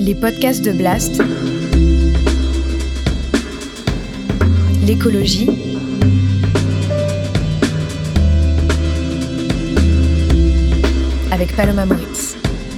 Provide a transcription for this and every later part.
Les podcasts de Blast, l'écologie, avec Paloma Moritz.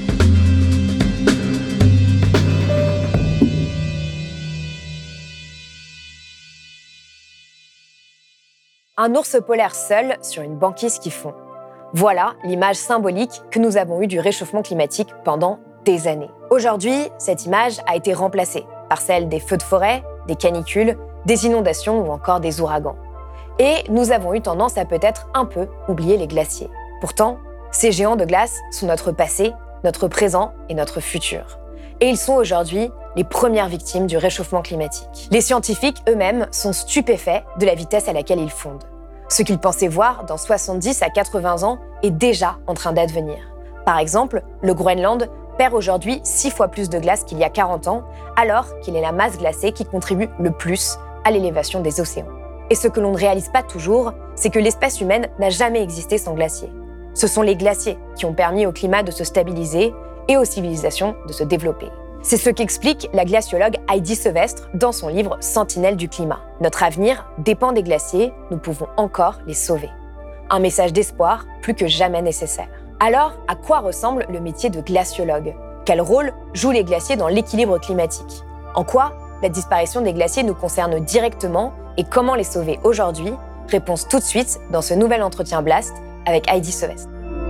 Un ours polaire seul sur une banquise qui fond. Voilà l'image symbolique que nous avons eue du réchauffement climatique pendant des années. Aujourd'hui, cette image a été remplacée par celle des feux de forêt, des canicules, des inondations ou encore des ouragans. Et nous avons eu tendance à peut-être un peu oublier les glaciers. Pourtant, ces géants de glace sont notre passé, notre présent et notre futur. Et ils sont aujourd'hui les premières victimes du réchauffement climatique. Les scientifiques eux-mêmes sont stupéfaits de la vitesse à laquelle ils fondent. Ce qu'ils pensaient voir dans 70 à 80 ans est déjà en train d'advenir. Par exemple, le Groenland perd aujourd'hui 6 fois plus de glace qu'il y a 40 ans, alors qu'il est la masse glacée qui contribue le plus à l'élévation des océans. Et ce que l'on ne réalise pas toujours, c'est que l'espèce humaine n'a jamais existé sans glaciers. Ce sont les glaciers qui ont permis au climat de se stabiliser et aux civilisations de se développer. C'est ce qu'explique la glaciologue Heidi Sevestre dans son livre « Sentinelle du climat ». Notre avenir dépend des glaciers, nous pouvons encore les sauver. Un message d'espoir plus que jamais nécessaire. Alors, à quoi ressemble le métier de glaciologue ? Quel rôle jouent les glaciers dans l'équilibre climatique ? En quoi la disparition des glaciers nous concerne directement et comment les sauver aujourd'hui ? Réponse tout de suite dans ce nouvel entretien Blast avec Heidi Sevestre.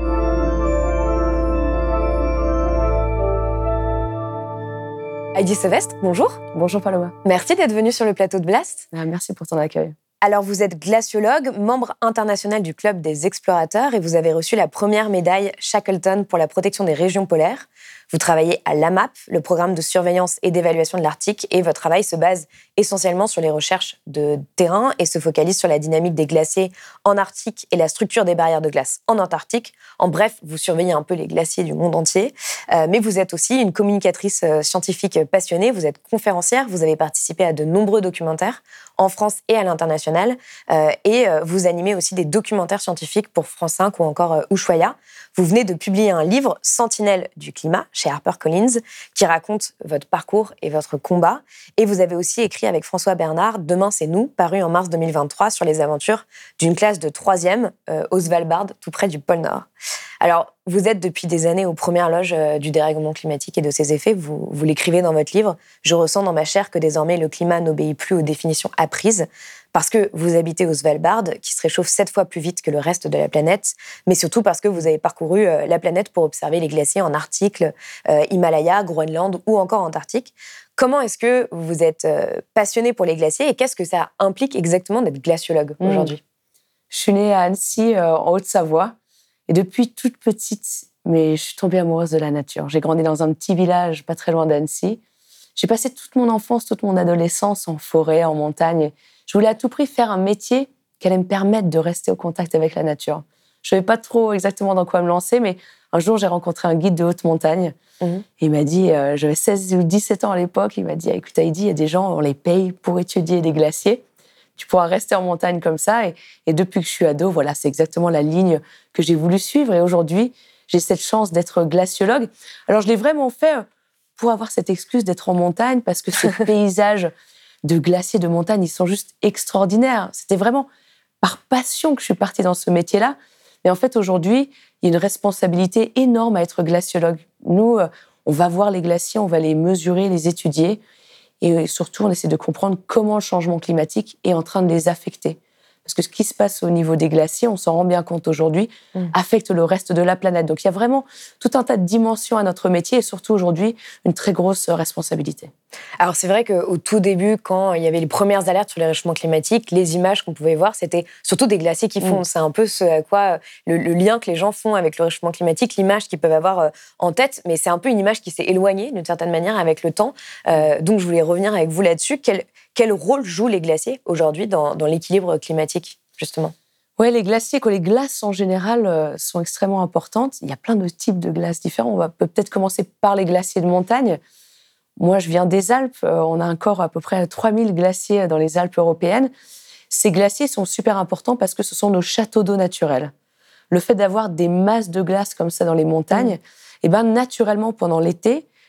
Heidi Sevestre, bonjour. Bonjour Paloma. Merci d'être venue sur le plateau de Blast. Merci pour ton accueil. Alors, vous êtes glaciologue, membre international du Club des explorateurs et vous avez reçu la première médaille Shackleton pour la protection des régions polaires. Vous travaillez à l'AMAP, le programme de surveillance et d'évaluation de l'Arctique, et votre travail se base essentiellement sur les recherches de terrain et se focalise sur la dynamique des glaciers en Arctique et la structure des barrières de glace en Antarctique. En bref, vous surveillez un peu les glaciers du monde entier, mais vous êtes aussi une communicatrice scientifique passionnée, vous êtes conférencière, vous avez participé à de nombreux documentaires en France et à l'international, et vous animez aussi des documentaires scientifiques pour France 5 ou encore Ushuaïa. Vous venez de publier un livre, Sentinelle du climat, chez HarperCollins, qui raconte votre parcours et votre combat. Et vous avez aussi écrit avec François Bernard, Demain c'est nous, paru en mars 2023, sur les aventures d'une classe de 3e au Svalbard, tout près du pôle Nord. Alors, vous êtes depuis des années aux premières loges du dérèglement climatique et de ses effets. Vous l'écrivez dans votre livre. Je ressens dans ma chair que désormais le climat n'obéit plus aux définitions apprises parce que vous habitez au Svalbard, qui se réchauffe 7 fois plus vite que le reste de la planète, mais surtout parce que vous avez parcouru la planète pour observer les glaciers en Arctique, Himalaya, Groenland ou encore Antarctique. Comment est-ce que vous êtes passionné pour les glaciers et qu'est-ce que ça implique exactement d'être glaciologue aujourd'hui ? Je suis née à Annecy, en Haute-Savoie. Et depuis toute petite, mais je suis tombée amoureuse de la nature. J'ai grandi dans un petit village pas très loin d'Annecy. J'ai passé toute mon enfance, toute mon adolescence en forêt, en montagne. Je voulais à tout prix faire un métier qui allait me permettre de rester au contact avec la nature. Je ne savais pas trop exactement dans quoi me lancer, mais un jour, j'ai rencontré un guide de haute montagne. Et il m'a dit, j'avais 16 ou 17 ans à l'époque, il m'a dit, écoute Heidi, il y a des gens, on les paye pour étudier les glaciers. Tu pourras rester en montagne comme ça. Et depuis que je suis ado, voilà, c'est exactement la ligne que j'ai voulu suivre. Et aujourd'hui, j'ai cette chance d'être glaciologue. Alors, je l'ai vraiment fait pour avoir cette excuse d'être en montagne, parce que ces paysages de glaciers de montagne, ils sont juste extraordinaires. C'était vraiment par passion que je suis partie dans ce métier-là. Mais en fait, aujourd'hui, il y a une responsabilité énorme à être glaciologue. Nous, on va voir les glaciers, on va les mesurer, les étudier. Et surtout, on essaie de comprendre comment le changement climatique est en train de les affecter. Parce que ce qui se passe au niveau des glaciers, on s'en rend bien compte aujourd'hui, affecte le reste de la planète. Donc il y a vraiment tout un tas de dimensions à notre métier et surtout aujourd'hui, une très grosse responsabilité. Alors c'est vrai qu'au tout début, quand il y avait les premières alertes sur les réchauffements climatiques, les images qu'on pouvait voir, c'était surtout des glaciers qui fondent. C'est un peu ce à quoi le lien que les gens font avec le réchauffement climatique, l'image qu'ils peuvent avoir en tête, mais c'est un peu une image qui s'est éloignée d'une certaine manière avec le temps. Donc je voulais revenir avec vous là-dessus. Quel rôle jouent les glaciers aujourd'hui dans l'équilibre climatique, justement ? Oui, les glaciers, les glaces en général sont extrêmement importantes. Il y a plein de types de glaces différents. On peut peut-être commencer par les glaciers de montagne. Moi, je viens des Alpes. On a encore à peu près 3000 glaciers dans les Alpes européennes. Ces glaciers sont super importants parce que ce sont nos châteaux d'eau naturels. Le fait d'avoir des masses de glace comme ça dans les montagnes, naturellement, pendant l'été,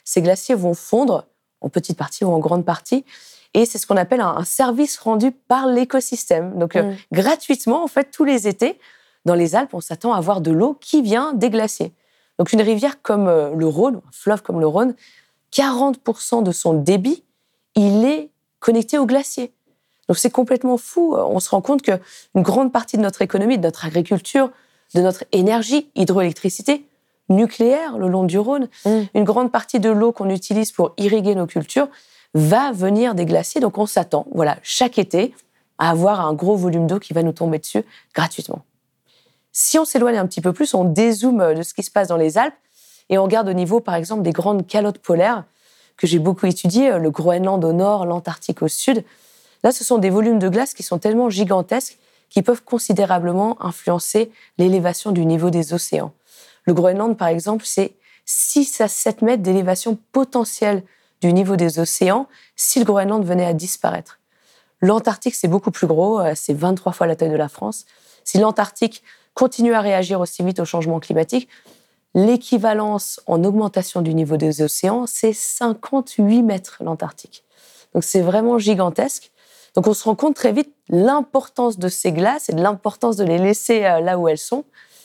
ces glaciers vont fondre en petite partie ou en grande partie. Et c'est ce qu'on appelle un service rendu par l'écosystème. Donc, gratuitement, en fait, tous les étés, dans les Alpes, on s'attend à avoir de l'eau qui vient des glaciers. Donc, une rivière comme le Rhône, un fleuve comme le Rhône, 40% de son débit, il est connecté aux glaciers. Donc, c'est complètement fou. On se rend compte qu'une grande partie de notre économie, de notre agriculture, de notre énergie, hydroélectricité, nucléaire le long du Rhône, une grande partie de l'eau qu'on utilise pour irriguer nos cultures va venir des glaciers. Donc, on s'attend, chaque été, à avoir un gros volume d'eau qui va nous tomber dessus gratuitement. Si on s'éloigne un petit peu plus, on dézoome de ce qui se passe dans les Alpes et on regarde au niveau, par exemple, des grandes calottes polaires que j'ai beaucoup étudiées, le Groenland au nord, l'Antarctique au sud. Là, ce sont des volumes de glace qui sont tellement gigantesques qui peuvent considérablement influencer l'élévation du niveau des océans. Le Groenland, par exemple, c'est 6 à 7 mètres d'élévation potentielle du niveau des océans si le Groenland venait à disparaître. L'Antarctique, c'est beaucoup plus gros, c'est 23 fois la taille de la France. Si l'Antarctique continue à réagir aussi vite au changement climatique, l'équivalence en augmentation du niveau des océans, c'est 58 mètres l'Antarctique. Donc c'est vraiment gigantesque. Donc on se rend compte très vite l'importance de ces glaces et de l'importance de les laisser là où elles sont.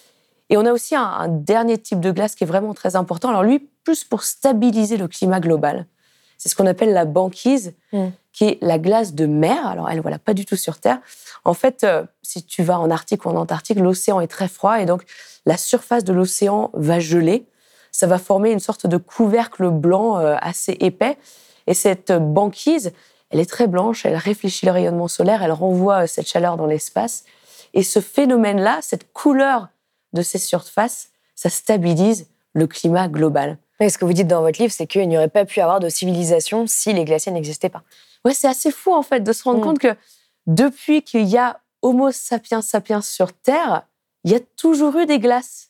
Et on a aussi un dernier type de glace qui est vraiment très important. Alors lui, plus pour stabiliser le climat global. C'est ce qu'on appelle la banquise, qui est la glace de mer. Alors elle, pas du tout sur Terre. En fait, si tu vas en Arctique ou en Antarctique, l'océan est très froid et donc la surface de l'océan va geler. Ça va former une sorte de couvercle blanc assez épais. Et cette banquise, elle est très blanche, elle réfléchit le rayonnement solaire, elle renvoie cette chaleur dans l'espace. Et ce phénomène-là, cette couleur de ces surfaces, ça stabilise le climat global. Et ce que vous dites dans votre livre, c'est qu'il n'y aurait pas pu avoir de civilisation si les glaciers n'existaient pas. Ouais, c'est assez fou, en fait, de se rendre compte que depuis qu'il y a Homo sapiens sapiens sur Terre, il y a toujours eu des glaces.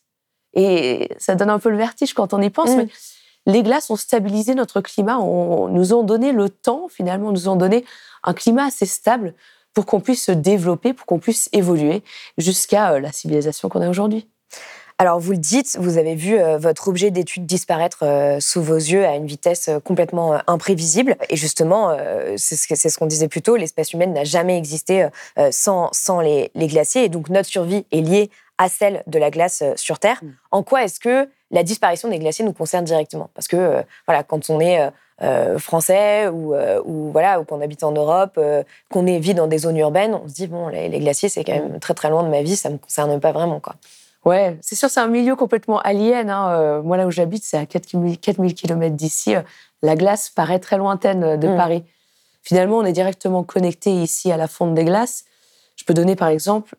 Et ça donne un peu le vertige quand on y pense, mais les glaces ont stabilisé notre climat, nous ont donné le temps, finalement, nous ont donné un climat assez stable pour qu'on puisse se développer, pour qu'on puisse évoluer jusqu'à la civilisation qu'on a aujourd'hui. Alors, vous le dites, vous avez vu votre objet d'étude disparaître sous vos yeux à une vitesse complètement imprévisible. Et justement, c'est ce qu'on disait plus tôt, l'espèce humaine n'a jamais existé sans les glaciers. Et donc, notre survie est liée à celle de la glace sur Terre. En quoi est-ce que la disparition des glaciers nous concerne directement ? Parce que, quand on est français ou qu'on habite en Europe, qu'on vit dans des zones urbaines, on se dit, bon, les glaciers, c'est quand même très, très loin de ma vie, ça ne me concerne pas vraiment, quoi. Ouais, c'est sûr, c'est un milieu complètement alien. Moi, là où j'habite, c'est à 4000 km d'ici. La glace paraît très lointaine de Paris. Finalement, on est directement connecté ici à la fonte des glaces. Je peux donner par exemple,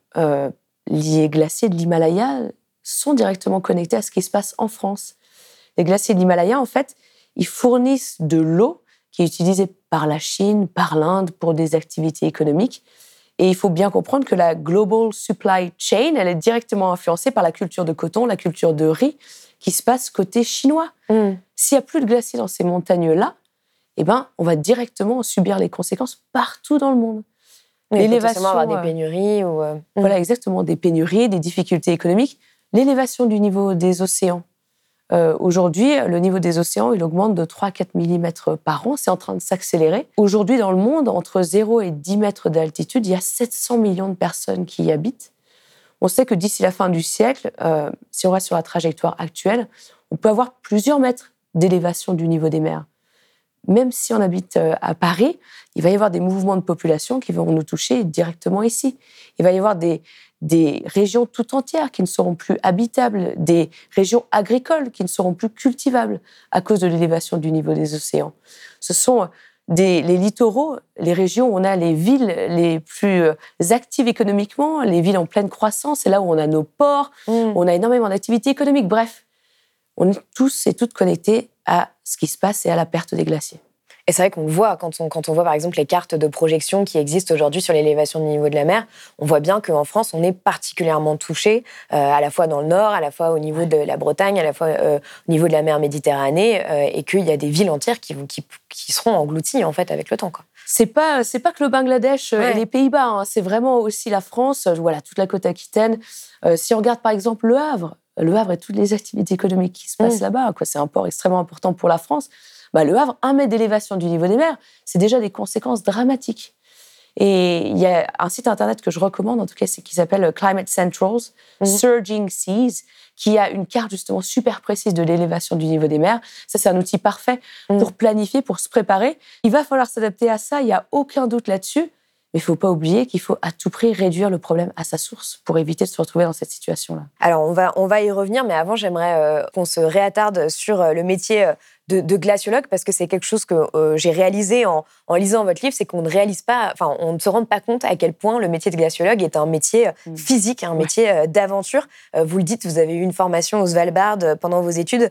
les glaciers de l'Himalaya sont directement connectés à ce qui se passe en France. Les glaciers de l'Himalaya, en fait, ils fournissent de l'eau qui est utilisée par la Chine, par l'Inde pour des activités économiques. Et il faut bien comprendre que la global supply chain, elle est directement influencée par la culture de coton, la culture de riz, qui se passe côté chinois. S'il n'y a plus de glaciers dans ces montagnes-là, on va directement subir les conséquences partout dans le monde. L'élévation, avoir des pénuries ou Voilà, exactement, des pénuries, des difficultés économiques. L'élévation du niveau des océans. Aujourd'hui, le niveau des océans, il augmente de 3 à 4 mm par an. C'est en train de s'accélérer. Aujourd'hui, dans le monde, entre 0 et 10 mètres d'altitude, il y a 700 millions de personnes qui y habitent. On sait que d'ici la fin du siècle, si on reste sur la trajectoire actuelle, on peut avoir plusieurs mètres d'élévation du niveau des mers. Même si on habite à Paris, il va y avoir des mouvements de population qui vont nous toucher directement ici. Il va y avoir des régions tout entières qui ne seront plus habitables, des régions agricoles qui ne seront plus cultivables à cause de l'élévation du niveau des océans. Ce sont les littoraux, les régions où on a les villes les plus actives économiquement, les villes en pleine croissance, c'est là où on a nos ports, où on a énormément d'activités économiques. Bref, on est tous et toutes connectés à ce qui se passe et à la perte des glaciers. Et c'est vrai qu'on le voit, quand on voit par exemple les cartes de projection qui existent aujourd'hui sur l'élévation du niveau de la mer, on voit bien qu'en France, on est particulièrement touché, à la fois dans le nord, à la fois au niveau de la Bretagne, à la fois au niveau de la mer Méditerranée, et qu'il y a des villes entières qui seront englouties en fait avec le temps, quoi. C'est pas que le Bangladesh et les Pays-Bas, c'est vraiment aussi la France, toute la côte aquitaine. Si on regarde par exemple Le Havre, Le Havre et toutes les activités économiques qui se passent là-bas, quoi. C'est un port extrêmement important pour la France. Le Havre, 1 mètre d'élévation du niveau des mers, c'est déjà des conséquences dramatiques. Et il y a un site internet que je recommande, en tout cas, qui s'appelle Climate Centrals, Surging Seas, qui a une carte justement super précise de l'élévation du niveau des mers. Ça, c'est un outil parfait pour planifier, pour se préparer. Il va falloir s'adapter à ça, il n'y a aucun doute là-dessus. Mais il ne faut pas oublier qu'il faut à tout prix réduire le problème à sa source pour éviter de se retrouver dans cette situation-là. Alors, on va y revenir, mais avant, j'aimerais qu'on se réattarde sur le métier de glaciologue, parce que c'est quelque chose que j'ai réalisé en lisant votre livre, c'est qu'on ne réalise pas, enfin, on ne se rend pas compte à quel point le métier de glaciologue est un métier physique, un métier d'aventure. Vous le dites, vous avez eu une formation au Svalbard pendant vos études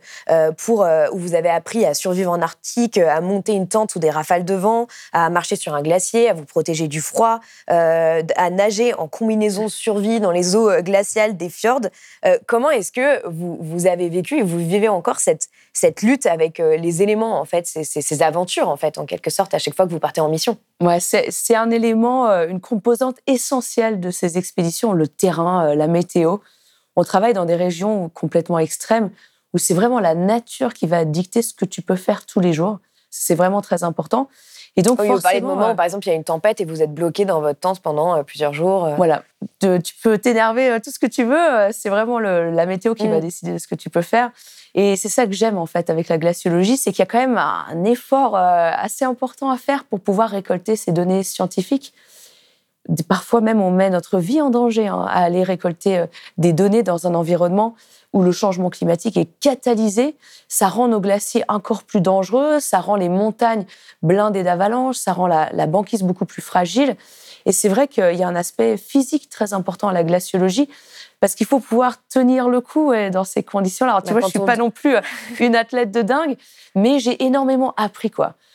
où vous avez appris à survivre en Arctique, à monter une tente sous des rafales de vent, à marcher sur un glacier, à vous protéger du froid, à nager en combinaison survie dans les eaux glaciales des fjords. Comment est-ce que vous avez vécu et vous vivez encore cette lutte avec les éléments, en fait, ces aventures, en fait, en quelque sorte, à chaque fois que vous partez en mission? Ouais, c'est un élément, une composante essentielle de ces expéditions, le terrain, la météo. On travaille dans des régions complètement extrêmes où c'est vraiment la nature qui va dicter ce que tu peux faire tous les jours. C'est vraiment très important. Et donc, vous parlez de moments où, par exemple, il y a une tempête et vous êtes bloqué dans votre tente pendant plusieurs jours. Voilà. Tu peux t'énerver tout ce que tu veux. C'est vraiment la météo qui va décider de ce que tu peux faire. Et c'est ça que j'aime, en fait, avec la glaciologie, c'est qu'il y a quand même un effort assez important à faire pour pouvoir récolter ces données scientifiques. Parfois même, on met notre vie en danger à aller récolter des données dans un environnement où le changement climatique est catalysé. Ça rend nos glaciers encore plus dangereux, ça rend les montagnes blindées d'avalanches, ça rend la banquise beaucoup plus fragile. Et c'est vrai qu'il y a un aspect physique très important à la glaciologie, parce qu'il faut pouvoir tenir le coup dans ces conditions-là. Alors, tu vois, je ne suis pas non plus une athlète de dingue, mais j'ai énormément appris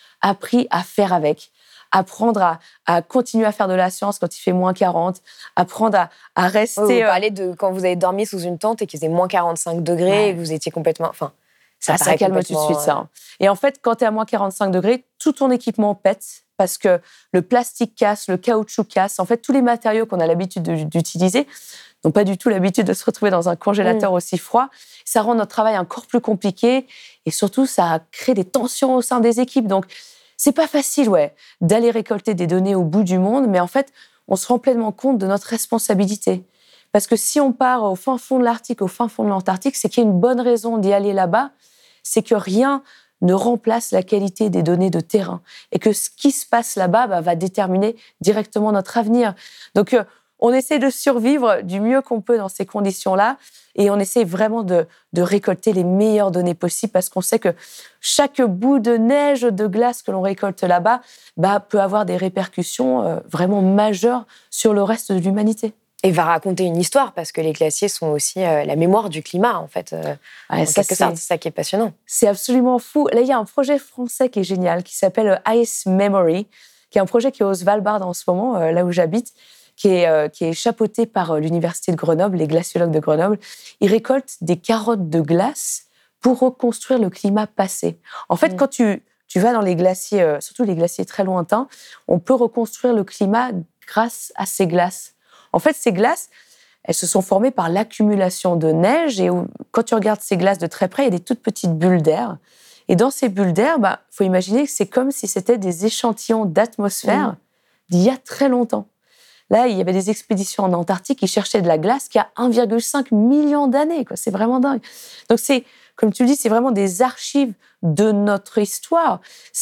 à faire avec, apprendre à continuer à faire de la science quand il fait moins 40, apprendre à rester... Vous parlez de quand vous avez dormi sous une tente et qu'il faisait moins 45 degrés et que vous étiez complètement... Enfin, ça calme tout de suite, ça. Et en fait, quand tu es à moins 45 degrés, tout ton équipement pète parce que le plastique casse, le caoutchouc casse. En fait, tous les matériaux qu'on a l'habitude d'utiliser n'ont pas du tout l'habitude de se retrouver dans un congélateur aussi froid. Ça rend notre travail encore plus compliqué et surtout, ça crée des tensions au sein des équipes. Donc, c'est pas facile, d'aller récolter des données au bout du monde, mais en fait, on se rend pleinement compte de notre responsabilité. Parce que si on part au fin fond de l'Arctique, au fin fond de l'Antarctique, c'est qu'il y a une bonne raison d'y aller là-bas, c'est que rien ne remplace la qualité des données de terrain et que ce qui se passe là-bas va déterminer directement notre avenir. Donc, on essaie de survivre du mieux qu'on peut dans ces conditions-là et on essaie vraiment de récolter les meilleures données possibles parce qu'on sait que chaque bout de neige, de glace que l'on récolte là-bas peut avoir des répercussions vraiment majeures sur le reste de l'humanité. Et va raconter une histoire, parce que les glaciers sont aussi la mémoire du climat, en fait. En quelque sorte, c'est ça qui est passionnant. C'est absolument fou. Là, il y a un projet français qui est génial, qui s'appelle Ice Memory, qui est un projet qui est au Svalbard en ce moment, là où j'habite, qui est chapeauté par l'Université de Grenoble, les glaciologues de Grenoble. Ils récoltent des carottes de glace pour reconstruire le climat passé. En fait, quand tu vas dans les glaciers, surtout les glaciers très lointains, on peut reconstruire le climat grâce à ces glaces. En fait, ces glaces, elles se sont formées par l'accumulation de neige et quand tu regardes ces glaces de très près, il y a des toutes petites bulles d'air. Et dans ces bulles d'air, faut imaginer que c'est comme si c'était des échantillons d'atmosphère d'il y a très longtemps. Là, il y avait des expéditions en Antarctique qui cherchaient de la glace qui a 1,5 million d'années. C'est vraiment dingue. Donc, comme tu le dis, c'est vraiment des archives de notre histoire.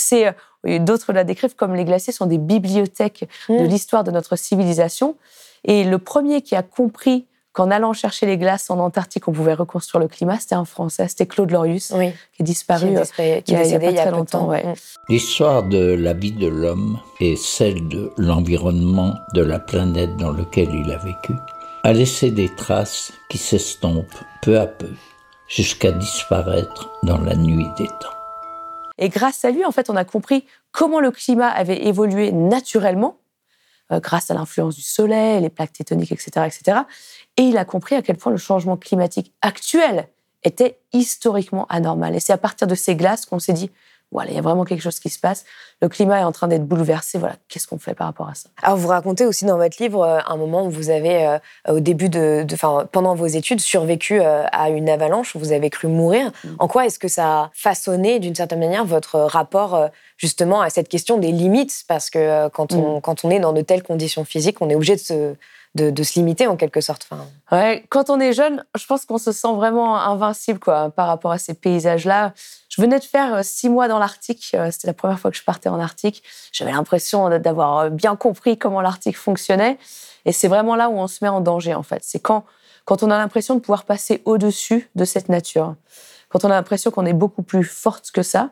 D'autres la décrivent comme les glaciers sont des bibliothèques de l'histoire de notre civilisation. Et le premier qui a compris qu'en allant chercher les glaces en Antarctique, on pouvait reconstruire le climat, c'était un Français, c'était Claude Lorius, qui est disparu il y a pas très longtemps. L'histoire de la vie de l'homme et celle de l'environnement de la planète dans lequel il a vécu a laissé des traces qui s'estompent peu à peu jusqu'à disparaître dans la nuit des temps. Et grâce à lui, en fait, on a compris comment le climat avait évolué naturellement, grâce à l'influence du soleil, les plaques tectoniques, etc., etc. Et il a compris à quel point le changement climatique actuel était historiquement anormal. Et c'est à partir de ces glaces qu'on s'est dit, voilà, il y a vraiment quelque chose qui se passe. Le climat est en train d'être bouleversé. Voilà, qu'est-ce qu'on fait par rapport à ça? Alors, vous racontez aussi dans votre livre un moment où vous avez, au début pendant vos études, survécu à une avalanche, où vous avez cru mourir. En quoi est-ce que ça a façonné, d'une certaine manière, votre rapport justement à cette question des limites? Parce que quand on est dans de telles conditions physiques, on est obligé de se limiter en quelque sorte. Ouais, quand on est jeune, je pense qu'on se sent vraiment invincible par rapport à ces paysages-là. Je venais de faire 6 mois dans l'Arctique. C'était la première fois que je partais en Arctique. J'avais l'impression d'avoir bien compris comment l'Arctique fonctionnait. Et c'est vraiment là où on se met en danger, en fait. C'est quand on a l'impression de pouvoir passer au-dessus de cette nature. Quand on a l'impression qu'on est beaucoup plus forte que ça.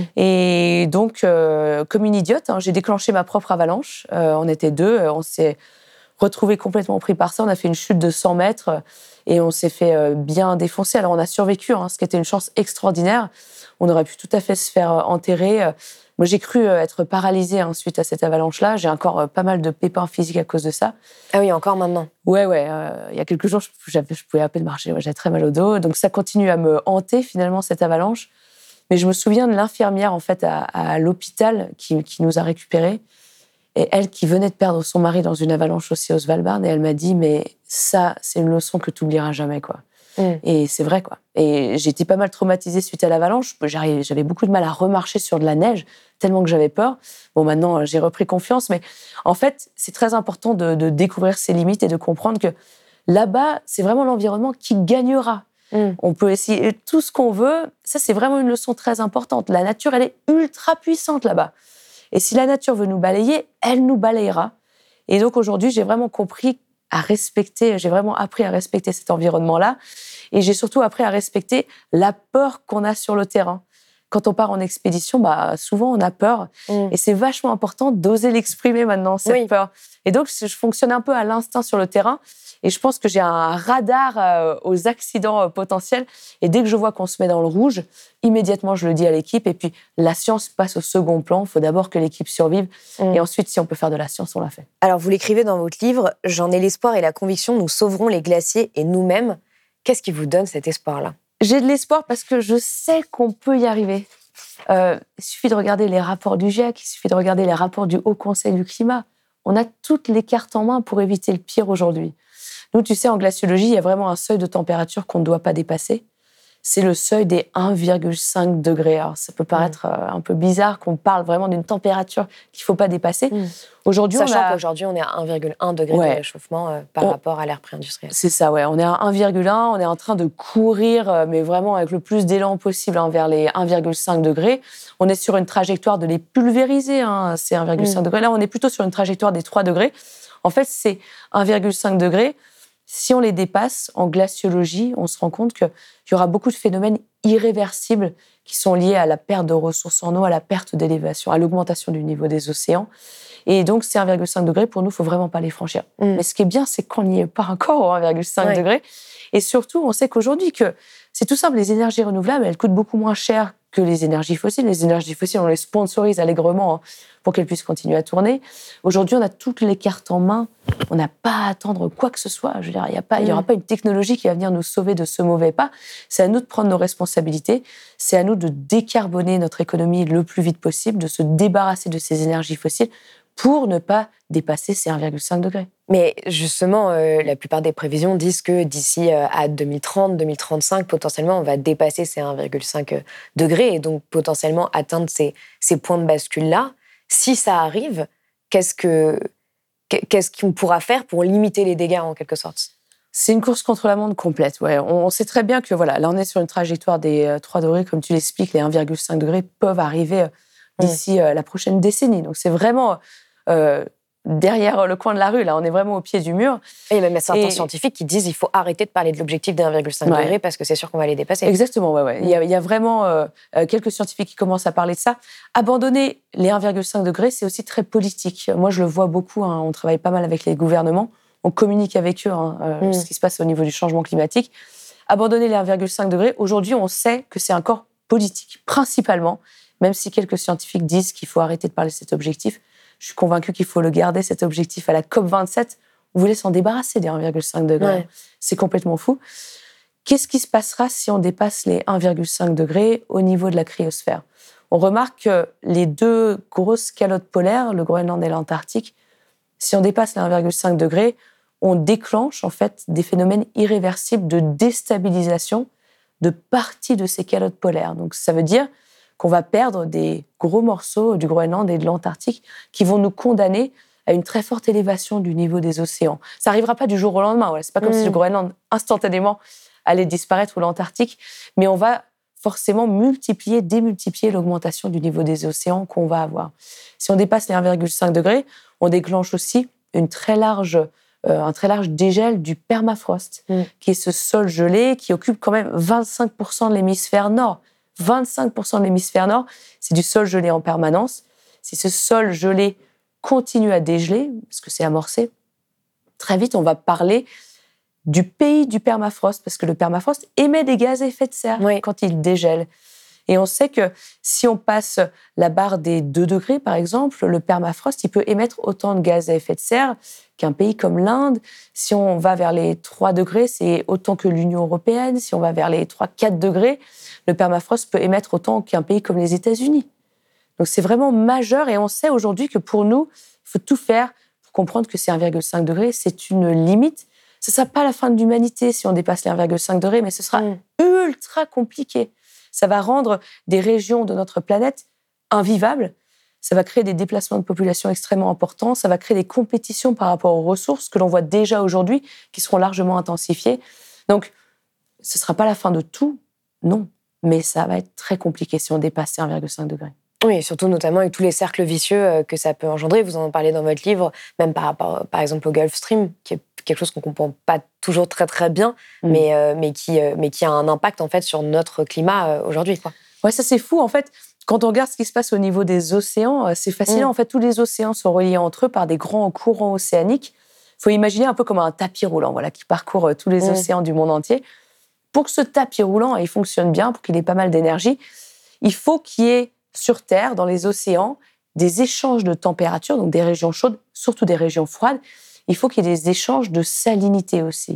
Et donc, comme une idiote, j'ai déclenché ma propre avalanche. On était 2, on s'est retrouvés complètement pris par ça. On a fait une chute de 100 mètres et on s'est fait bien défoncer. Alors, on a survécu, ce qui était une chance extraordinaire. On aurait pu tout à fait se faire enterrer. Moi, j'ai cru être paralysée suite à cette avalanche-là. J'ai encore pas mal de pépins physiques à cause de ça. Ah oui, encore maintenant? Ouais. Il y a quelques jours, je pouvais à peine marcher. J'avais très mal au dos. Donc, ça continue à me hanter, finalement, cette avalanche. Mais je me souviens de l'infirmière, en fait, à l'hôpital qui nous a récupérés. Et elle qui venait de perdre son mari dans une avalanche aussi au Svalbard, et elle m'a dit, mais ça, c'est une leçon que tu n'oublieras jamais, quoi. Et c'est vrai, quoi. Et j'étais pas mal traumatisée suite à l'avalanche. J'avais beaucoup de mal à remarcher sur de la neige, tellement que j'avais peur. Bon, maintenant, j'ai repris confiance, mais en fait, c'est très important de découvrir ses limites et de comprendre que là-bas, c'est vraiment l'environnement qui gagnera. On peut essayer tout ce qu'on veut. Ça, c'est vraiment une leçon très importante. La nature, elle est ultra puissante là-bas. Et si la nature veut nous balayer, elle nous balayera. Et donc aujourd'hui, j'ai vraiment appris à respecter cet environnement-là. Et j'ai surtout appris à respecter la peur qu'on a sur le terrain. Quand on part en expédition, souvent on a peur. Et c'est vachement important d'oser l'exprimer maintenant, cette peur. Et donc, je fonctionne un peu à l'instinct sur le terrain. Et je pense que j'ai un radar aux accidents potentiels. Et dès que je vois qu'on se met dans le rouge, immédiatement, je le dis à l'équipe. Et puis, la science passe au second plan. Il faut d'abord que l'équipe survive. Et ensuite, si on peut faire de la science, on la fait. Alors, vous l'écrivez dans votre livre, « J'en ai l'espoir et la conviction, nous sauverons les glaciers et nous-mêmes ». Qu'est-ce qui vous donne cet espoir-là? J'ai de l'espoir parce que je sais qu'on peut y arriver. Il suffit de regarder les rapports du GIEC, il suffit de regarder les rapports du Haut Conseil du climat. On a toutes les cartes en main pour éviter le pire aujourd'hui. Nous, tu sais, en glaciologie, il y a vraiment un seuil de température qu'on ne doit pas dépasser. C'est le seuil des 1,5 degrés. Alors, ça peut paraître un peu bizarre qu'on parle vraiment d'une température qu'il ne faut pas dépasser. Aujourd'hui, Sachant qu'aujourd'hui, on est à 1,1 degré de réchauffement par rapport à l'ère pré-industrielle. C'est ça, ouais. On est à 1,1, on est en train de courir, mais vraiment avec le plus d'élan possible vers les 1,5 degrés. On est sur une trajectoire de les pulvériser, ces 1,5 degrés. Là, on est plutôt sur une trajectoire des 3 degrés. En fait, ces 1,5 degrés, si on les dépasse, en glaciologie, on se rend compte qu'il y aura beaucoup de phénomènes irréversibles qui sont liés à la perte de ressources en eau, à la perte d'élévation, à l'augmentation du niveau des océans. Et donc, ces 1,5 degrés, pour nous, il ne faut vraiment pas les franchir. Mais ce qui est bien, c'est qu'on n'y est pas encore au 1,5 degrés. Et surtout, on sait qu'aujourd'hui, c'est tout simple, les énergies renouvelables, elles coûtent beaucoup moins cher que les énergies fossiles. Les énergies fossiles, on les sponsorise allègrement pour qu'elles puissent continuer à tourner. Aujourd'hui, on a toutes les cartes en main. On n'a pas à attendre quoi que ce soit. Je veux dire, il n'y aura pas une technologie qui va venir nous sauver de ce mauvais pas. C'est à nous de prendre nos responsabilités. C'est à nous de décarboner notre économie le plus vite possible, de se débarrasser de ces énergies fossiles pour ne pas dépasser ces 1,5 degrés. Mais justement, la plupart des prévisions disent que d'ici à 2030, 2035, potentiellement, on va dépasser ces 1,5 degrés et donc potentiellement atteindre ces points de bascule-là. Si ça arrive, qu'est-ce qu'on pourra faire pour limiter les dégâts, en quelque sorte? C'est une course contre la montre complète. Ouais. On sait très bien que là, on est sur une trajectoire des 3 degrés. Comme tu l'expliques, les 1,5 degrés peuvent arriver d'ici la prochaine décennie. Donc, c'est vraiment derrière le coin de la rue. Là, on est vraiment au pied du mur. Et il y a même certains scientifiques qui disent qu'il faut arrêter de parler de l'objectif des 1,5 degrés parce que c'est sûr qu'on va les dépasser. Exactement, ouais. Il y a vraiment quelques scientifiques qui commencent à parler de ça. Abandonner les 1,5 degrés, c'est aussi très politique. Moi, je le vois beaucoup. On travaille pas mal avec les gouvernements. On communique avec eux ce qui se passe au niveau du changement climatique. Abandonner les 1,5 degrés, aujourd'hui, on sait que c'est encore politique, principalement, même si quelques scientifiques disent qu'il faut arrêter de parler de cet objectif. Je suis convaincue qu'il faut le garder, cet objectif, à la COP27. On voulait s'en débarrasser des 1,5 degrés. Ouais. C'est complètement fou. Qu'est-ce qui se passera si on dépasse les 1,5 degrés au niveau de la cryosphère ? on remarque que les deux grosses calottes polaires, le Groenland et l'Antarctique, si on dépasse les 1,5 degrés, on déclenche en fait des phénomènes irréversibles de déstabilisation de parties de ces calottes polaires. Donc ça veut dire qu'on va perdre des gros morceaux du Groenland et de l'Antarctique qui vont nous condamner à une très forte élévation du niveau des océans. Ça n'arrivera pas du jour au lendemain. Voilà. C'est pas comme si le Groenland instantanément allait disparaître ou l'Antarctique, mais on va forcément démultiplier l'augmentation du niveau des océans qu'on va avoir. Si on dépasse les 1,5 degrés, on déclenche aussi un très large dégel du permafrost, qui est ce sol gelé qui occupe quand même 25% de l'hémisphère nord. 25% de l'hémisphère nord, c'est du sol gelé en permanence. Si ce sol gelé continue à dégeler, parce que c'est amorcé, très vite, on va parler du pays du permafrost, parce que le permafrost émet des gaz à effet de serre quand il dégèle. Et on sait que si on passe la barre des 2 degrés, par exemple, le permafrost, il peut émettre autant de gaz à effet de serre qu'un pays comme l'Inde. Si on va vers les 3 degrés, c'est autant que l'Union européenne. Si on va vers les 3-4 degrés, le permafrost peut émettre autant qu'un pays comme les États-Unis. Donc c'est vraiment majeur et on sait aujourd'hui que pour nous, il faut tout faire pour comprendre que ces 1,5 degrés, c'est une limite. Ce ne sera pas la fin de l'humanité si on dépasse les 1,5 degrés, mais ce sera ultra compliqué. Ça va rendre des régions de notre planète invivables. Ça va créer des déplacements de population extrêmement importants. Ça va créer des compétitions par rapport aux ressources que l'on voit déjà aujourd'hui, qui seront largement intensifiées. Donc, ce ne sera pas la fin de tout, non. Mais ça va être très compliqué si on dépasse ces 1,5 degrés. Oui, et surtout notamment avec tous les cercles vicieux que ça peut engendrer. Vous en parlez dans votre livre, même par rapport, par exemple, au Gulf Stream, qui est quelque chose qu'on ne comprend pas toujours très très bien, mais qui a un impact en fait sur notre climat aujourd'hui, quoi. Ouais, ça c'est fou en fait. Quand on regarde ce qui se passe au niveau des océans, c'est fascinant. En fait, tous les océans sont reliés entre eux par des grands courants océaniques. Il faut imaginer un peu comme un tapis roulant, voilà, qui parcourt tous les océans du monde entier. Pour que ce tapis roulant il fonctionne bien, pour qu'il ait pas mal d'énergie, il faut qu'il y ait sur Terre, dans les océans, des échanges de température, donc des régions chaudes, surtout des régions froides. Il faut qu'il y ait des échanges de salinité aussi.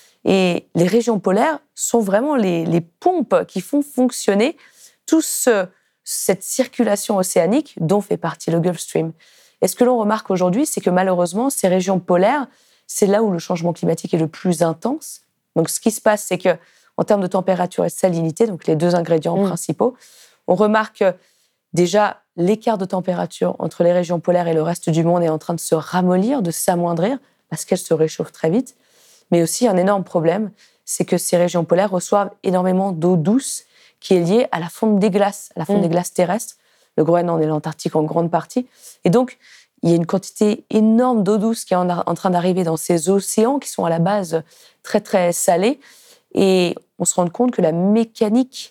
Et les régions polaires sont vraiment les pompes qui font fonctionner toute cette circulation océanique dont fait partie le Gulf Stream. Et ce que l'on remarque aujourd'hui, c'est que malheureusement, ces régions polaires, c'est là où le changement climatique est le plus intense. Donc ce qui se passe, c'est que en termes de température et de salinité, donc les deux ingrédients principaux, on remarque déjà, l'écart de température entre les régions polaires et le reste du monde est en train de se ramollir, de s'amoindrir, parce qu'elles se réchauffent très vite. Mais aussi, un énorme problème, c'est que ces régions polaires reçoivent énormément d'eau douce qui est liée à la fonte des glaces, à la fonte des glaces terrestres, le Groenland et l'Antarctique en grande partie. Et donc, il y a une quantité énorme d'eau douce qui est en train d'arriver dans ces océans qui sont à la base très, très salés. Et on se rend compte que la mécanique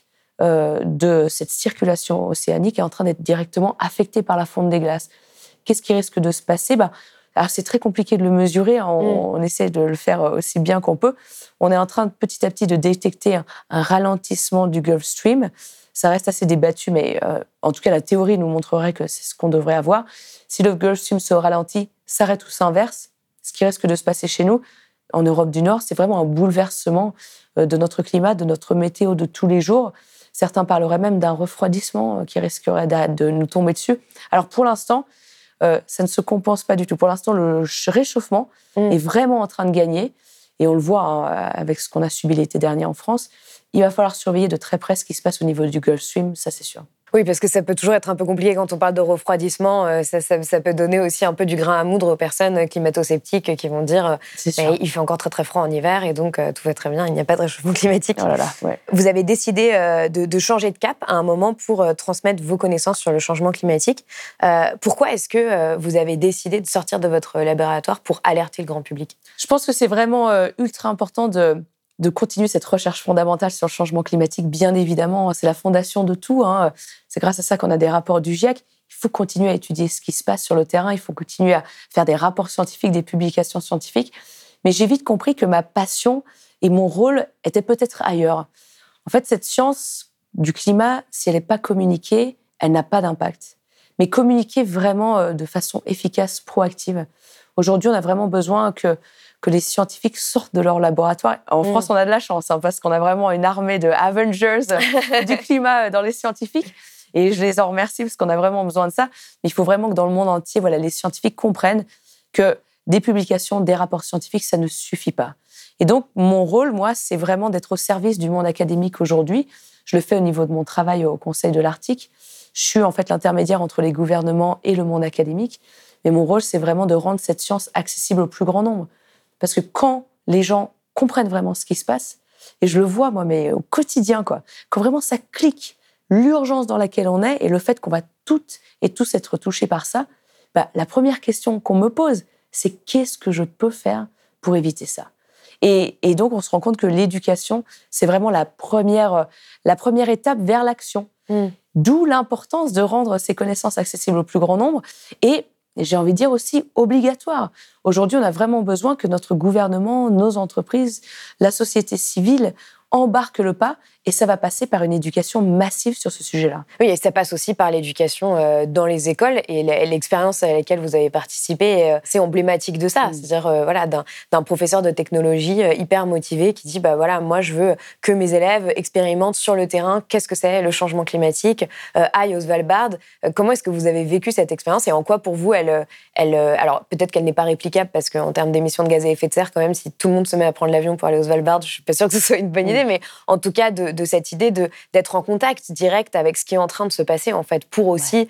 de cette circulation océanique est en train d'être directement affectée par la fonte des glaces. Qu'est-ce qui risque de se passer ? Alors c'est très compliqué de le mesurer, on essaie de le faire aussi bien qu'on peut. On est en train petit à petit de détecter un ralentissement du Gulf Stream. Ça reste assez débattu, mais en tout cas la théorie nous montrerait que c'est ce qu'on devrait avoir. Si le Gulf Stream se ralentit, s'arrête ou s'inverse, ce qui risque de se passer chez nous, en Europe du Nord, c'est vraiment un bouleversement de notre climat, de notre météo de tous les jours. Certains parleraient même d'un refroidissement qui risquerait de nous tomber dessus. Alors pour l'instant, ça ne se compense pas du tout. Pour l'instant, le réchauffement est vraiment en train de gagner. Et on le voit avec ce qu'on a subi l'été dernier en France. Il va falloir surveiller de très près ce qui se passe au niveau du Gulf Stream, ça c'est sûr. Oui, parce que ça peut toujours être un peu compliqué quand on parle de refroidissement. Ça peut donner aussi un peu du grain à moudre aux personnes climato-sceptiques qui vont dire il fait encore très très froid en hiver et donc tout va très bien, il n'y a pas de réchauffement climatique. Oh là là, ouais. Vous avez décidé de changer de cap à un moment pour transmettre vos connaissances sur le changement climatique. Pourquoi est-ce que vous avez décidé de sortir de votre laboratoire pour alerter le grand public ? Je pense que c'est vraiment ultra important de continuer cette recherche fondamentale sur le changement climatique, bien évidemment. C'est la fondation de tout. C'est grâce à ça qu'on a des rapports du GIEC. Il faut continuer à étudier ce qui se passe sur le terrain. Il faut continuer à faire des rapports scientifiques, des publications scientifiques. Mais j'ai vite compris que ma passion et mon rôle étaient peut-être ailleurs. En fait, cette science du climat, si elle n'est pas communiquée, elle n'a pas d'impact. Mais communiquer vraiment de façon efficace, proactive. Aujourd'hui, on a vraiment besoin que les scientifiques sortent de leur laboratoire. En France, on a de la chance, parce qu'on a vraiment une armée de Avengers du climat dans les scientifiques. Et je les en remercie parce qu'on a vraiment besoin de ça. Mais il faut vraiment que dans le monde entier, voilà, les scientifiques comprennent que des publications, des rapports scientifiques, ça ne suffit pas. Et donc, mon rôle, moi, c'est vraiment d'être au service du monde académique aujourd'hui. Je le fais au niveau de mon travail au Conseil de l'Arctique. Je suis en fait l'intermédiaire entre les gouvernements et le monde académique. Mais mon rôle, c'est vraiment de rendre cette science accessible au plus grand nombre. Parce que quand les gens comprennent vraiment ce qui se passe, et je le vois, moi, mais au quotidien, quoi, quand vraiment ça clique, l'urgence dans laquelle on est et le fait qu'on va toutes et tous être touchés par ça, la première question qu'on me pose, c'est qu'est-ce que je peux faire pour éviter ça ? Et donc, on se rend compte que l'éducation, c'est vraiment la première étape vers l'action. D'où l'importance de rendre ces connaissances accessibles au plus grand nombre et j'ai envie de dire aussi obligatoire. Aujourd'hui, on a vraiment besoin que notre gouvernement, nos entreprises, la société civile embarquent le pas et ça va passer par une éducation massive sur ce sujet-là. Oui, et ça passe aussi par l'éducation dans les écoles et l'expérience à laquelle vous avez participé, c'est emblématique de ça. C'est-à-dire voilà, d'un professeur de technologie hyper motivé qui dit voilà, moi je veux que mes élèves expérimentent sur le terrain qu'est-ce que c'est le changement climatique, aillent au Svalbard. Comment est-ce que vous avez vécu cette expérience et en quoi pour vous elle alors peut-être qu'elle n'est pas réplicable parce qu'en termes d'émissions de gaz à effet de serre quand même si tout le monde se met à prendre l'avion pour aller au Svalbard, je suis pas sûre que ce soit une bonne idée, mais en tout cas de cette idée d'être en contact direct avec ce qui est en train de se passer, en fait, pour aussi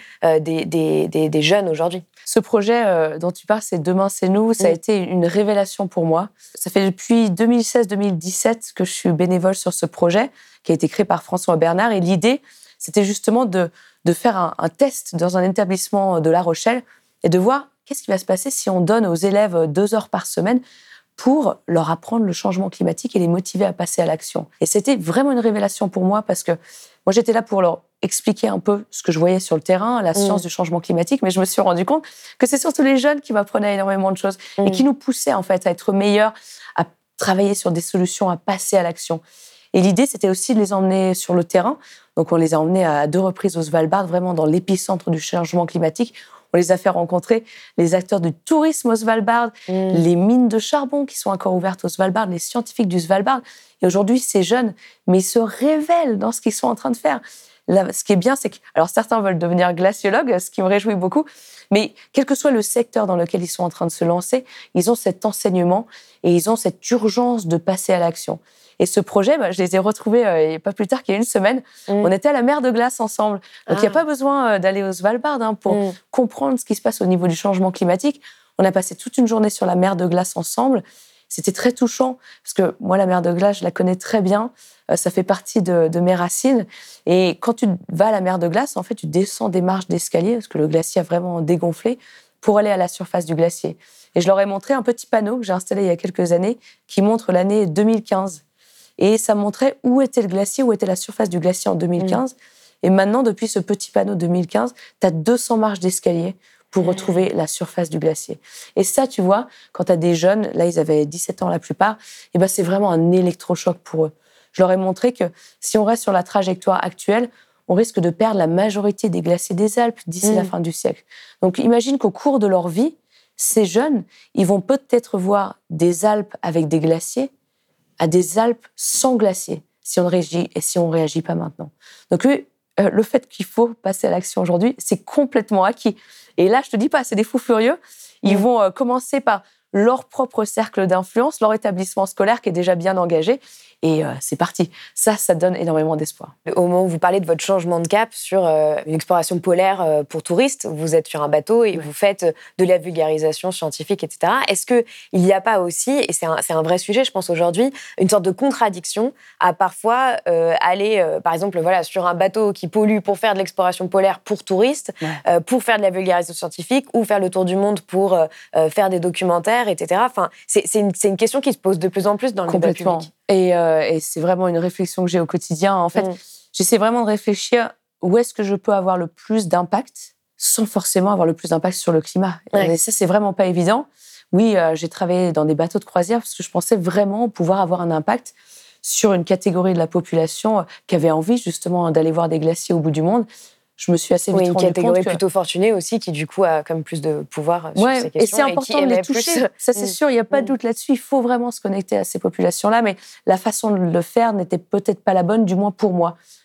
des jeunes aujourd'hui. Ce projet dont tu parles, c'est Demain, c'est nous. Ça a été une révélation pour moi. Ça fait depuis 2016-2017 que je suis bénévole sur ce projet qui a été créé par François Bernard. Et l'idée, c'était justement de faire un test dans un établissement de La Rochelle et de voir qu'est-ce qui va se passer si on donne aux élèves 2 heures par semaine pour leur apprendre le changement climatique et les motiver à passer à l'action. Et c'était vraiment une révélation pour moi parce que moi, j'étais là pour leur expliquer un peu ce que je voyais sur le terrain, la science du changement climatique, mais je me suis rendu compte que c'est surtout les jeunes qui m'apprenaient énormément de choses et qui nous poussaient en fait à être meilleurs, à travailler sur des solutions, à passer à l'action. Et l'idée, c'était aussi de les emmener sur le terrain. Donc, on les a emmenés à 2 reprises au Svalbard, vraiment dans l'épicentre du changement climatique. On les a fait rencontrer les acteurs du tourisme au Svalbard, les mines de charbon qui sont encore ouvertes au Svalbard, les scientifiques du Svalbard. Et aujourd'hui, ces jeunes, mais ils se révèlent dans ce qu'ils sont en train de faire. Là, ce qui est bien, c'est que... Alors, certains veulent devenir glaciologues, ce qui me réjouit beaucoup, mais quel que soit le secteur dans lequel ils sont en train de se lancer, ils ont cet enseignement et ils ont cette urgence de passer à l'action. Et ce projet, je les ai retrouvés pas plus tard qu'il y a une semaine. On était à la mer de glace ensemble. Donc, il n'y a pas besoin d'aller au Svalbard pour comprendre ce qui se passe au niveau du changement climatique. On a passé toute une journée sur la mer de glace ensemble. C'était très touchant parce que moi, la mer de glace, je la connais très bien. Ça fait partie de mes racines. Et quand tu vas à la mer de glace, en fait, tu descends des marches d'escalier parce que le glacier a vraiment dégonflé pour aller à la surface du glacier. Et je leur ai montré un petit panneau que j'ai installé il y a quelques années qui montre l'année 2015. Et ça montrait où était le glacier, où était la surface du glacier en 2015. Et maintenant, depuis ce petit panneau 2015, tu as 200 marches d'escalier pour retrouver la surface du glacier. Et ça, tu vois, quand tu as des jeunes, là, ils avaient 17 ans la plupart, et ben, c'est vraiment un électrochoc pour eux. Je leur ai montré que si on reste sur la trajectoire actuelle, on risque de perdre la majorité des glaciers des Alpes d'ici la fin du siècle. Donc, imagine qu'au cours de leur vie, ces jeunes, ils vont peut-être voir des Alpes avec des glaciers à des Alpes sans glaciers, si on réagit pas maintenant. Donc, le fait qu'il faut passer à l'action aujourd'hui, c'est complètement acquis. Et là, je te dis pas, c'est des fous furieux. Ils vont commencer par leur propre cercle d'influence, leur établissement scolaire qui est déjà bien engagé. Et c'est parti. Ça donne énormément d'espoir. Au moment où vous parlez de votre changement de cap sur une exploration polaire pour touristes, vous êtes sur un bateau et vous faites de la vulgarisation scientifique, etc. Est-ce qu'il n'y a pas aussi, et c'est un vrai sujet, je pense, aujourd'hui, une sorte de contradiction à parfois aller, par exemple, voilà, sur un bateau qui pollue pour faire de l'exploration polaire pour touristes, pour faire de la vulgarisation scientifique ou faire le tour du monde pour faire des documentaires, etc. Enfin, c'est une question qui se pose de plus en plus dans le débat public. Et c'est vraiment une réflexion que j'ai au quotidien. En fait, j'essaie vraiment de réfléchir où est-ce que je peux avoir le plus d'impact sans forcément avoir le plus d'impact sur le climat. Et ça, c'est vraiment pas évident. Oui, j'ai travaillé dans des bateaux de croisière parce que je pensais vraiment pouvoir avoir un impact sur une catégorie de la population qui avait envie justement d'aller voir des glaciers au bout du monde. Je me suis assez vite rendu compte que... une catégorie plutôt fortunée aussi, qui du coup a comme plus de pouvoir sur ces questions. Et c'est important de les toucher, ça c'est sûr, il n'y a pas de doute là-dessus, il faut vraiment se connecter à ces populations-là, mais la façon de le faire n'était peut-être pas la bonne, du moins pour moi.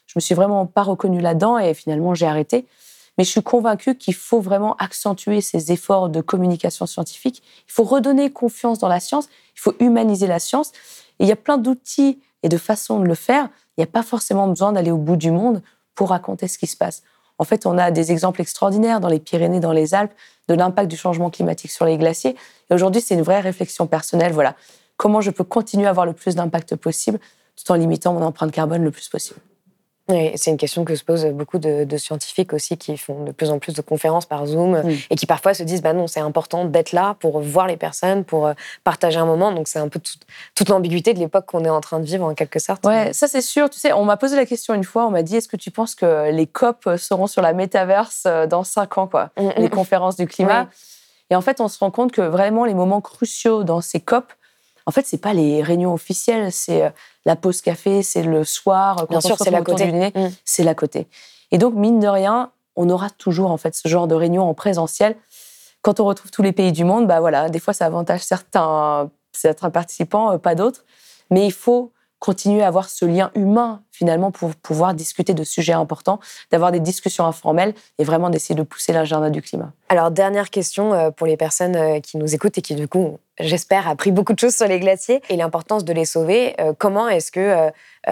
Je me suis vraiment pas reconnue là-dedans et finalement, j'ai arrêté. Mais je suis convaincue qu'il faut vraiment accentuer ces efforts de communication scientifique. Il faut redonner confiance dans la science. Il faut humaniser la science. Et il y a plein d'outils et de façons de le faire. Il n'y a pas forcément besoin d'aller au bout du monde pour raconter ce qui se passe. En fait, on a des exemples extraordinaires dans les Pyrénées, dans les Alpes, de l'impact du changement climatique sur les glaciers. Et aujourd'hui, c'est une vraie réflexion personnelle. Voilà, comment je peux continuer à avoir le plus d'impact possible tout en limitant mon empreinte carbone le plus possible. Oui, c'est une question que se posent beaucoup de scientifiques aussi qui font de plus en plus de conférences par Zoom et qui parfois se disent non, c'est important d'être là pour voir les personnes, pour partager un moment. Donc c'est un peu toute l'ambiguïté de l'époque qu'on est en train de vivre en quelque sorte. Ouais, ça c'est sûr. Tu sais, on m'a posé la question une fois, on m'a dit est-ce que tu penses que les COP seront sur la métaverse dans 5 ans, quoi, les conférences du climat. Oui. Et en fait, on se rend compte que vraiment les moments cruciaux dans ces COP, en fait, c'est pas les réunions officielles, c'est la pause café, c'est le soir, bien sûr, c'est l'à côté. C'est l'à côté. Et donc, mine de rien, on aura toujours en fait ce genre de réunion en présentiel. Quand on retrouve tous les pays du monde, voilà, des fois, ça avantage certains participants, pas d'autres. Mais il faut continuer à avoir ce lien humain, finalement, pour pouvoir discuter de sujets importants, d'avoir des discussions informelles et vraiment d'essayer de pousser l'agenda du climat. Alors, dernière question pour les personnes qui nous écoutent et qui, du coup, j'espère, a appris beaucoup de choses sur les glaciers et l'importance de les sauver. Comment est-ce que,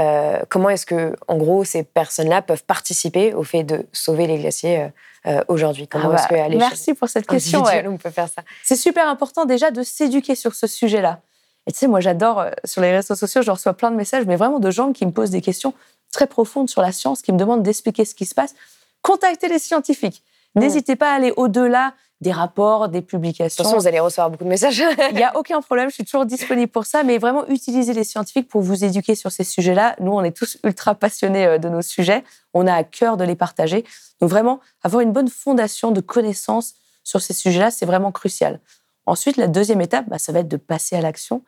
en gros, ces personnes-là peuvent participer au fait de sauver les glaciers aujourd'hui? Comment est-ce qu'à l'échelle merci pour cette question. Ouais. On peut faire ça. C'est super important déjà de s'éduquer sur ce sujet-là. Et tu sais, moi, j'adore, sur les réseaux sociaux, je reçois plein de messages, mais vraiment de gens qui me posent des questions très profondes sur la science, qui me demandent d'expliquer ce qui se passe. Contactez les scientifiques. N'hésitez pas à aller au-delà des rapports, des publications. De toute façon, vous allez recevoir beaucoup de messages. Il n'y a aucun problème, je suis toujours disponible pour ça, mais vraiment utilisez les scientifiques pour vous éduquer sur ces sujets-là. Nous, on est tous ultra passionnés de nos sujets. On a à cœur de les partager. Donc vraiment, avoir une bonne fondation de connaissances sur ces sujets-là, c'est vraiment crucial. Ensuite, la deuxième étape, ça va être de passer à l'action.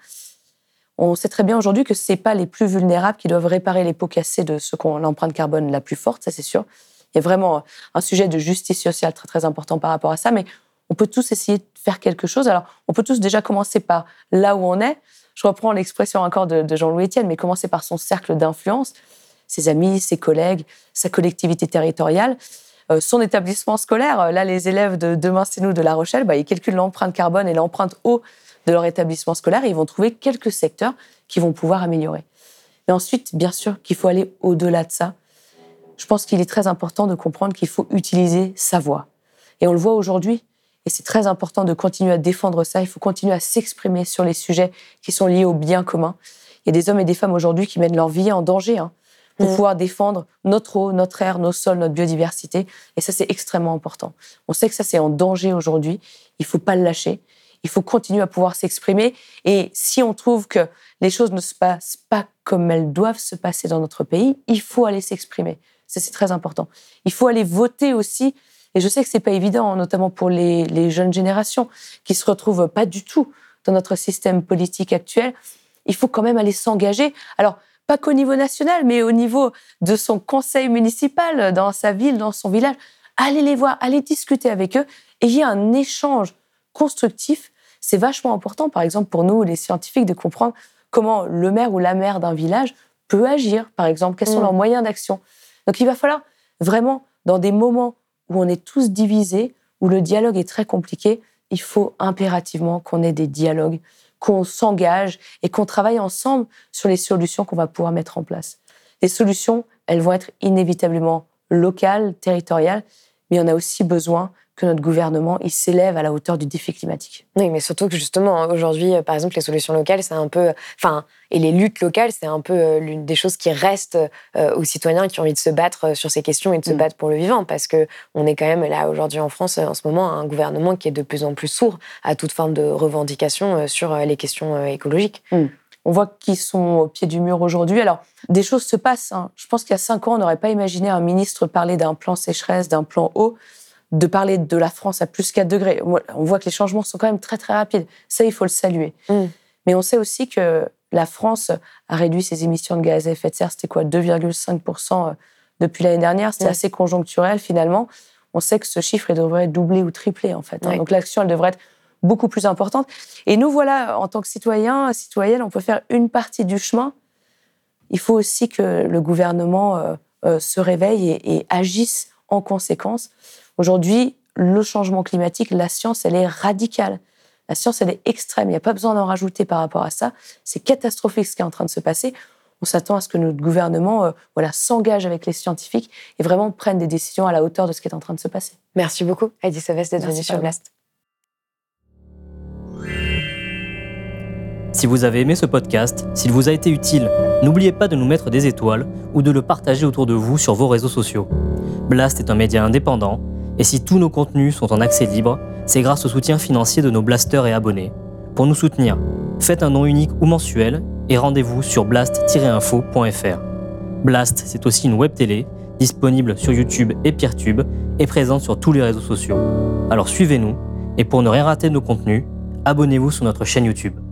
On sait très bien aujourd'hui que ce n'est pas les plus vulnérables qui doivent réparer les pots cassés de ceux qui ont l'empreinte carbone la plus forte, ça c'est sûr. Il y a vraiment un sujet de justice sociale très, très important par rapport à ça, mais on peut tous essayer de faire quelque chose. Alors, on peut tous déjà commencer par là où on est. Je reprends l'expression encore de Jean-Louis Etienne, mais commencer par son cercle d'influence, ses amis, ses collègues, sa collectivité territoriale, son établissement scolaire. Là, les élèves de Demain c'est nous de La Rochelle, ils calculent l'empreinte carbone et l'empreinte eau de leur établissement scolaire et ils vont trouver quelques secteurs qui vont pouvoir améliorer. Et ensuite, bien sûr, qu'il faut aller au-delà de ça. Je pense qu'il est très important de comprendre qu'il faut utiliser sa voix. Et on le voit aujourd'hui, et c'est très important de continuer à défendre ça. Il faut continuer à s'exprimer sur les sujets qui sont liés au bien commun. Il y a des hommes et des femmes aujourd'hui qui mettent leur vie en danger pour pouvoir défendre notre eau, notre air, nos sols, notre biodiversité. Et ça, c'est extrêmement important. On sait que ça, c'est en danger aujourd'hui. Il ne faut pas le lâcher. Il faut continuer à pouvoir s'exprimer. Et si on trouve que les choses ne se passent pas comme elles doivent se passer dans notre pays, il faut aller s'exprimer. Ça, c'est très important. Il faut aller voter aussi. Et je sais que c'est pas évident, notamment pour les jeunes générations qui se retrouvent pas du tout dans notre système politique actuel. Il faut quand même aller s'engager. Alors, pas qu'au niveau national, mais au niveau de son conseil municipal, dans sa ville, dans son village. Allez les voir, allez discuter avec eux. Ayez un échange constructif. C'est vachement important, par exemple, pour nous, les scientifiques, de comprendre comment le maire ou la maire d'un village peut agir, par exemple. Quels sont leurs moyens d'action. Donc, il va falloir vraiment, dans des moments où on est tous divisés, où le dialogue est très compliqué, il faut impérativement qu'on ait des dialogues, qu'on s'engage et qu'on travaille ensemble sur les solutions qu'on va pouvoir mettre en place. Les solutions, elles vont être inévitablement locales, territoriales, mais on a aussi besoin que notre gouvernement il s'élève à la hauteur du défi climatique. Oui, mais surtout que justement, aujourd'hui, par exemple, les solutions locales, c'est un peu... et les luttes locales, c'est un peu l'une des choses qui restent aux citoyens qui ont envie de se battre sur ces questions et de se battre pour le vivant. Parce qu'on est quand même là, aujourd'hui, en France, en ce moment, un gouvernement qui est de plus en plus sourd à toute forme de revendication sur les questions écologiques. On voit qu'ils sont au pied du mur aujourd'hui. Alors, des choses se passent. Je pense qu'il y a 5 ans, on n'aurait pas imaginé un ministre parler d'un plan sécheresse, d'un plan eau, de parler de la France à plus 4 degrés. On voit que les changements sont quand même très, très rapides. Ça, il faut le saluer. Mais on sait aussi que la France a réduit ses émissions de gaz à effet de serre. C'était quoi, 2,5% depuis l'année dernière. C'était assez conjoncturel, finalement. On sait que ce chiffre il devrait doubler ou tripler, en fait. Donc, l'action, elle devrait être beaucoup plus importante. Et nous, voilà, en tant que citoyens, citoyennes, on peut faire une partie du chemin. Il faut aussi que le gouvernement se réveillent et agissent en conséquence. Aujourd'hui, le changement climatique, la science, elle est radicale. La science, elle est extrême. Il n'y a pas besoin d'en rajouter par rapport à ça. C'est catastrophique ce qui est en train de se passer. On s'attend à ce que notre gouvernement s'engage avec les scientifiques et vraiment prenne des décisions à la hauteur de ce qui est en train de se passer. Merci beaucoup, Heidi Sauvaise, d'être venue sur Blast. Si vous avez aimé ce podcast, s'il vous a été utile, n'oubliez pas de nous mettre des étoiles ou de le partager autour de vous sur vos réseaux sociaux. Blast est un média indépendant, et si tous nos contenus sont en accès libre, c'est grâce au soutien financier de nos blasters et abonnés. Pour nous soutenir, faites un don unique ou mensuel et rendez-vous sur blast-info.fr. Blast, c'est aussi une web télé, disponible sur YouTube et Peertube, et présente sur tous les réseaux sociaux. Alors suivez-nous, et pour ne rien rater de nos contenus, abonnez-vous sur notre chaîne YouTube.